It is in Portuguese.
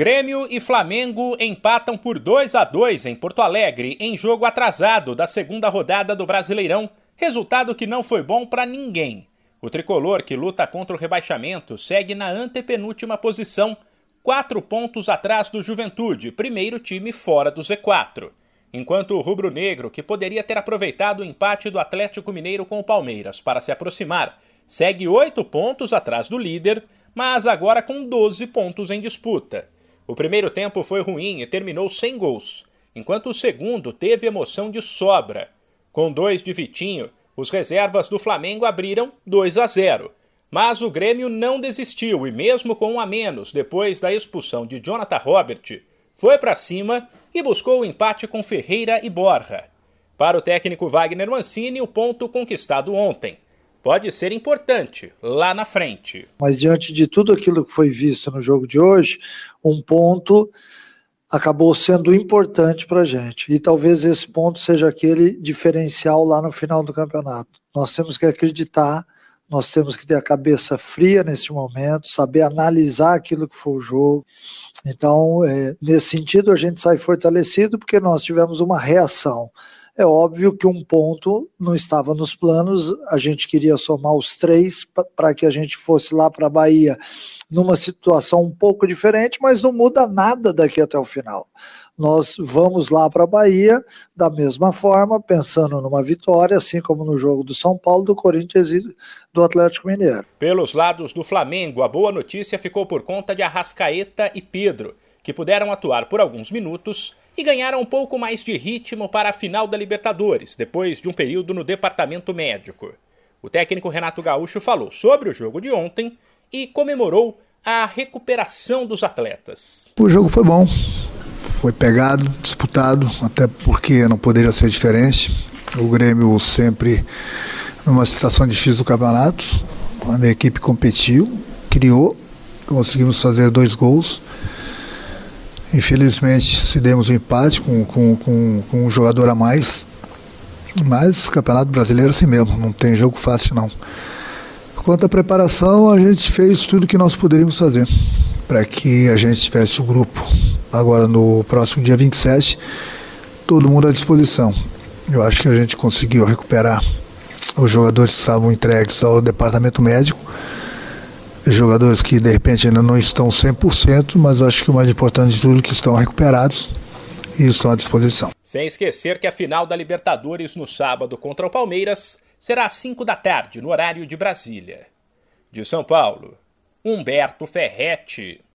Grêmio e Flamengo empatam por 2-2 em Porto Alegre, em jogo atrasado da segunda rodada do Brasileirão, resultado que não foi bom para ninguém. O tricolor, que luta contra o rebaixamento, segue na antepenúltima posição, 4 pontos atrás do Juventude, primeiro time fora do Z4. Enquanto o rubro-negro, que poderia ter aproveitado o empate do Atlético Mineiro com o Palmeiras para se aproximar, segue 8 pontos atrás do líder, mas agora com 12 pontos em disputa. O primeiro tempo foi ruim e terminou sem gols, enquanto o segundo teve emoção de sobra. Com 2 de Vitinho, os reservas do Flamengo abriram 2-0. Mas o Grêmio não desistiu e mesmo com 1 a menos depois da expulsão de Jonathan Robert, foi para cima e buscou o empate com Ferreira e Borja. Para o técnico Wagner Mancini, o ponto conquistado ontem pode ser importante lá na frente. Mas diante de tudo aquilo que foi visto no jogo de hoje, um ponto acabou sendo importante para a gente. E talvez esse ponto seja aquele diferencial lá no final do campeonato. Nós temos que acreditar, nós temos que ter a cabeça fria nesse momento, saber analisar aquilo que foi o jogo. Então, nesse sentido, a gente sai fortalecido porque nós tivemos uma reação. É óbvio que um ponto não estava nos planos, a gente queria somar os 3 para que a gente fosse lá para a Bahia numa situação um pouco diferente, mas não muda nada daqui até o final. Nós vamos lá para a Bahia da mesma forma, pensando numa vitória, assim como no jogo do São Paulo, do Corinthians e do Atlético Mineiro. Pelos lados do Flamengo, a boa notícia ficou por conta de Arrascaeta e Pedro, que puderam atuar por alguns minutos e ganharam um pouco mais de ritmo para a final da Libertadores, depois de um período no departamento médico. O técnico Renato Gaúcho falou sobre o jogo de ontem e comemorou a recuperação dos atletas. O jogo foi bom, foi pegado, disputado, até porque não poderia ser diferente. O Grêmio sempre numa situação difícil do campeonato, a minha equipe competiu, criou, conseguimos fazer 2 gols. Infelizmente, se demos um empate com um jogador a mais, mas campeonato brasileiro assim mesmo, não tem jogo fácil não. Quanto à preparação, a gente fez tudo que nós poderíamos fazer para que a gente tivesse o grupo agora no próximo dia 27, todo mundo à disposição. Eu acho que a gente conseguiu recuperar os jogadores que estavam entregues ao departamento médico, jogadores que de repente ainda não estão 100%, mas eu acho que o mais importante de tudo é que estão recuperados e estão à disposição. Sem esquecer que a final da Libertadores no sábado contra o Palmeiras será às 5 da tarde, no horário de Brasília. De São Paulo, Humberto Ferretti.